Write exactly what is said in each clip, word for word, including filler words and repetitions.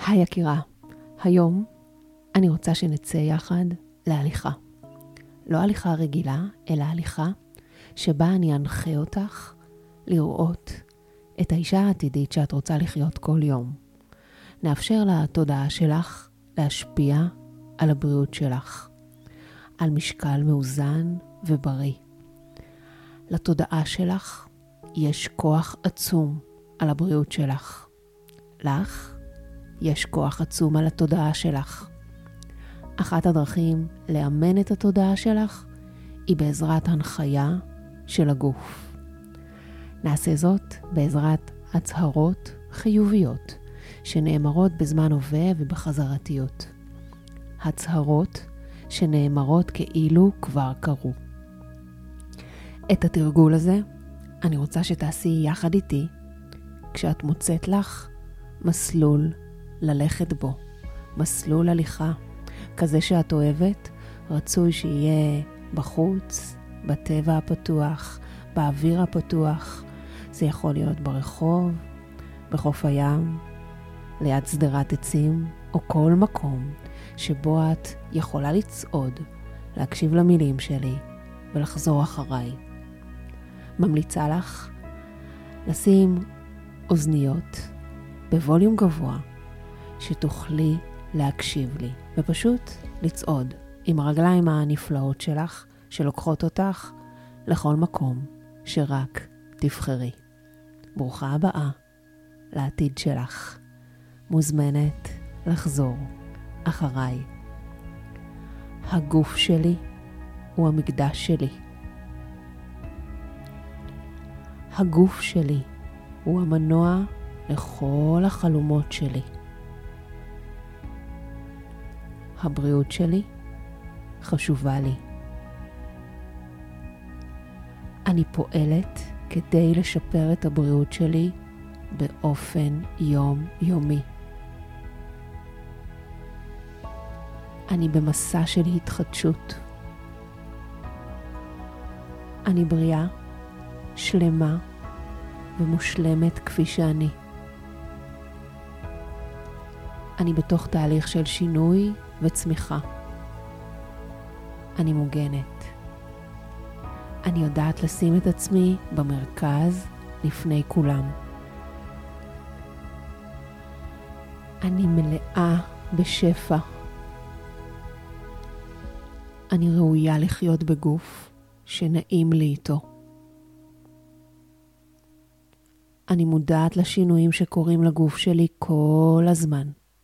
היי יקירה, היום אני רוצה שנצא יחד להליכה. לא הליכה רגילה, אלא הליכה שבה אני אנחה אותך לראות את האישה העתידית שאת רוצה לחיות כל יום. נאפשר לתודעה שלך להשפיע על הבריאות שלך, על משקל מאוזן ובריא. לתודעה שלך יש כוח עצום על הבריאות שלך. לך יש כוח עצום על התודעה שלך. אחת הדרכים לאמן את התודעה שלך היא בעזרת הנחיה של הגוף. נעשה זאת בעזרת הצהרות חיוביות שנאמרות בזמן הווה ובחזרתיות. הצהרות שנאמרות כאילו כבר קרו. את התרגול הזה אני רוצה שתעשי יחד איתי כשאת מוצאת לך מסלול ללכת בו, מסלול הליכה, כזה שאת אוהבת, רצוי שיהיה בחוץ, בטבע הפתוח, באוויר הפתוח. זה יכול להיות ברחוב, בחוף הים, ליד סדרת עצים, או כל מקום שבו את יכולה לצעוד, להקשיב למילים שלי ולחזור אחריי. ממליצה לך לשים אוזניות בווליום גבוה, שתוכלי להקשיב לי, ופשוט לצעוד עם הרגליים הנפלאות שלך, שלוקחות אותך לכל מקום שרק תבחרי. ברוכה הבאה לעתיד שלך. מוזמנת לחזור אחריי. הגוף שלי הוא המקדש שלי. הגוף שלי הוא המנוע לכל החלומות שלי. הבריאות שלי חשובה לי. אני פועלת כדי לשפר את הבריאות שלי באופן יום-יומי. אני במסע של התחדשות. אני בריאה, שלמה ומושלמת כפי שאני. אני בתוך תהליך של שינוי וצמיחה. אני מוגנת. אני יודעת לשים את עצמי במרכז לפני כולם. אני מלאה בשפע. אני ראויה לחיות בגוף שנעים לי איתו. אני מודעת לשינויים שקורים לגוף שלי כל הזמן.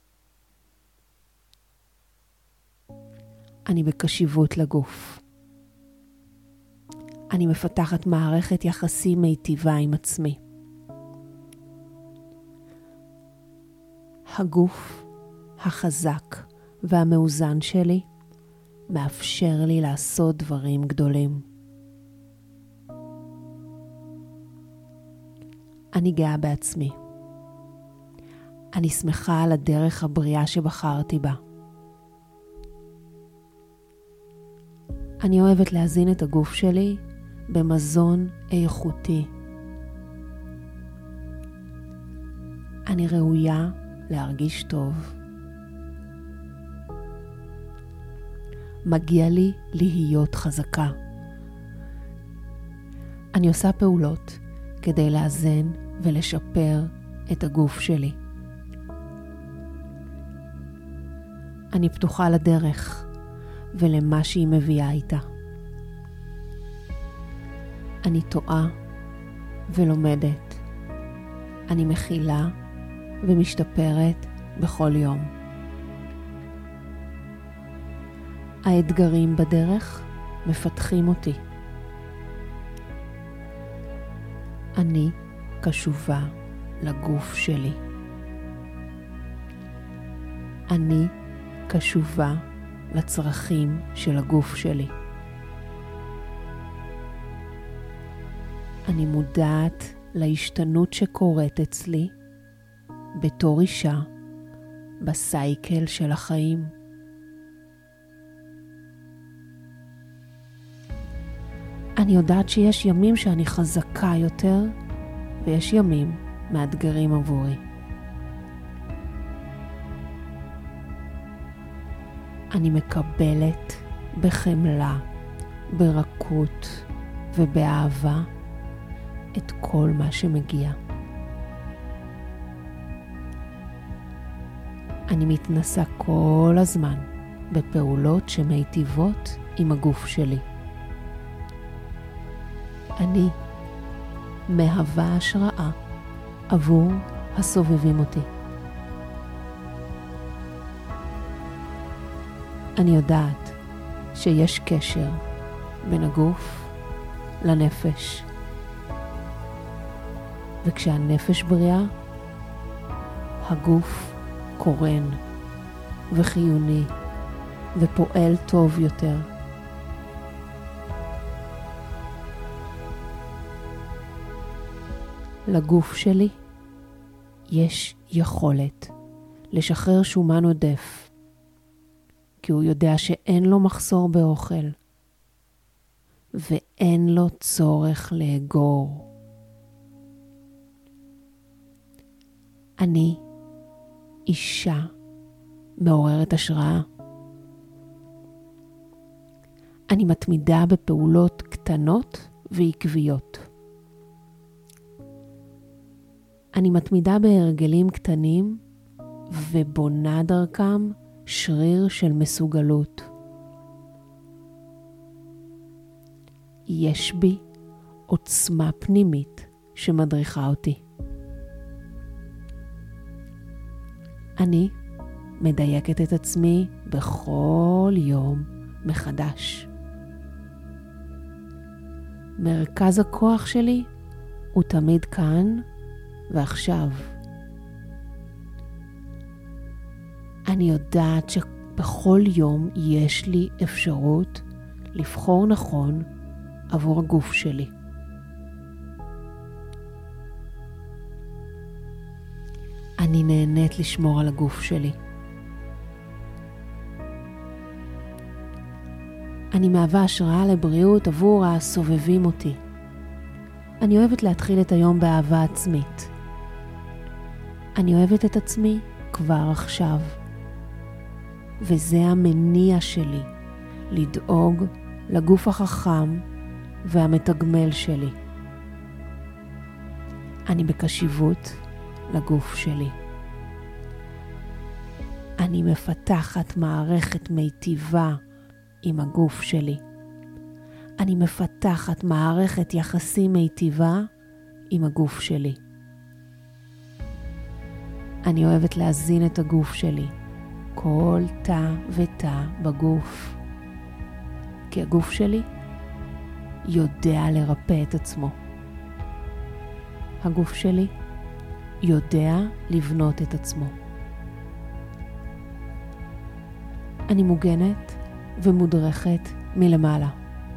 אני בקשיבות לגוף. אני מפתחת מערכת יחסים מיטיבה עם עצמי. הגוף החזק והמאוזן שלי מאפשר לי לעשות דברים גדולים. אני גאה בעצמי. אני שמחה על הדרך הבריאה שבחרתי בה. אני אוהבת להזין את הגוף שלי במזון איכותי. אני ראויה להרגיש טוב. מגיע לי להיות חזקה. אני עושה פעולות כדי לאזן ולשפר את הגוף שלי. אני פתוחה לדרך ולמה שהיא מביאה איתה. אני טועה ולומדת. אני מכילה ומשתפרת בכל יום. האתגרים בדרך מפתחים אותי. אני קשובה לגוף שלי. אני קשובה לצרכים של הגוף שלי. אני מודעת להשתנות שקורית אצלי בתור אישה בסייקל של החיים. אני יודעת שיש ימים שאני חזקה יותר ויש ימים מאתגרים עבורי. אני מקבלת בחמלה, ברכות ובאהבה את כל מה שמגיע. אני מתנסה כל הזמן בפעולות שמיטיבות עם הגוף שלי. אני מהווה השראה עבור הסובבים אותי. אני יודעת שיש קשר בין הגוף לנפש. וכשהנפש בריאה, הגוף קורן וחיוני ופועל טוב יותר. לגוף שלי יש יכולת לשחרר שומן עודף, כי הוא יודע שאין לו מחסור באוכל ואין לו צורך לאגור. אני אישה מעוררת השראה. אני מתמידה בפעולות קטנות ועקביות. אני מתמידה בהרגלים קטנים ובונה דרכם שריר של מסוגלות. יש בי עוצמה פנימית שמדריכה אותי. אני מדייקת את עצמי בכל יום מחדש. מרכז הכוח שלי הוא תמיד כאן ועכשיו. אני יודעת שבכל יום יש לי אפשרות לבחור נכון עבור הגוף שלי. אני נהנית לשמור על הגוף שלי. אני מהווה השראה לבריאות עבור הסובבים אותי. אני אוהבת להתחיל את היום באהבה עצמית. אני אוהבת את עצמי כבר עכשיו. וזה המניע שלי, לדאוג לגוף החכם והמתגמל שלי. אני בקשיבות לגוף שלי. אני מפתחת מערכת מיטיבה עם הגוף שלי. אני מפתחת מערכת יחסים מיטיבה עם הגוף שלי. אני אוהבת להזין את הגוף שלי, כל תא ותא בגוף. כי הגוף שלי יודע לרפא את עצמו. הגוף שלי יודע לבנות את עצמו. אני מוגנת ומודרכת מלמעלה.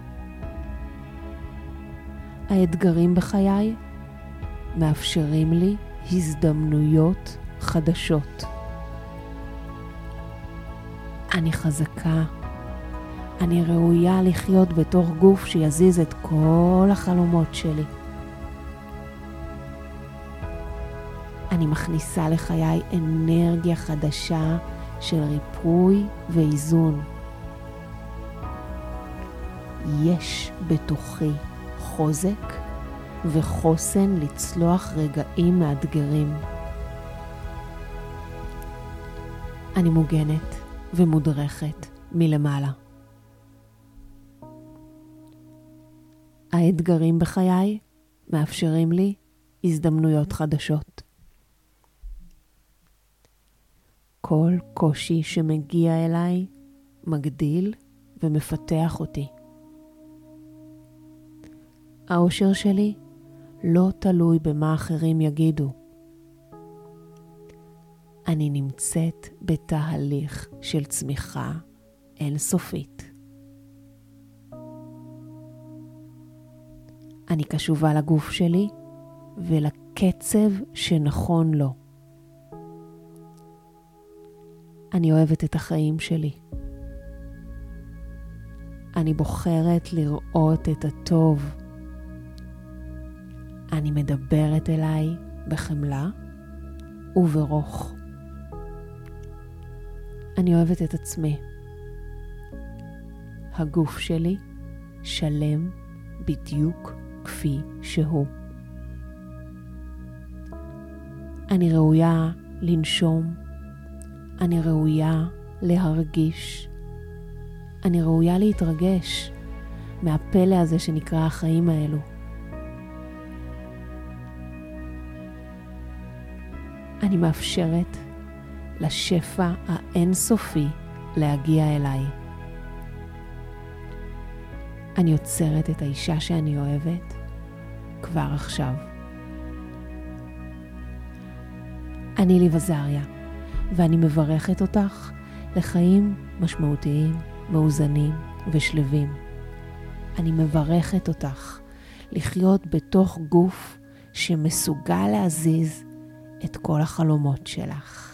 האתגרים בחיי מאפשרים לי הזדמנויות חדשות. אני חזקה. אני ראויה לחיות בתוך גוף שיזיז את כל החלומות שלי. אני מכניסה לחיי אנרגיה חדשה של ריפוי ואיזון. יש בתוכי חוזק וחוסן לצלוח רגעים מאתגרים. אני מוגנת ומודרכת מלמעלה. האתגרים בחיי מאפשרים לי הזדמנויות חדשות. כל קושי שמגיע אליי מגדיל ומפתח אותי. האושר שלי לא תלוי במה אחרים יגידו. אני נמצאת בתהליך של צמיחה אינסופית. אני קשובה לגוף שלי ולקצב שנכון לו. אני אוהבת את החיים שלי. אני בוחרת לראות את הטוב. אני מדברת אליי בחמלה וברוך. אני אוהבת את עצמי הגוף שלי שלם בדיוק כפי שהוא. אני ראויה לנשום, אני ראויה להרגיש, אני ראויה להתרגש מהפלא הזה שנקרא החיים האלו. אני מאפשרת לשפע האינסופי להגיע אליי. אני יוצרת את האישה שאני אוהבת כבר עכשיו. אני ליב עזריה, ואני מברכת אותך לחיים משמעותיים, מאוזנים ושלווים. אני מברכת אותך לחיות בתוך גוף שמסוגל להזיז את כל החלומות שלך.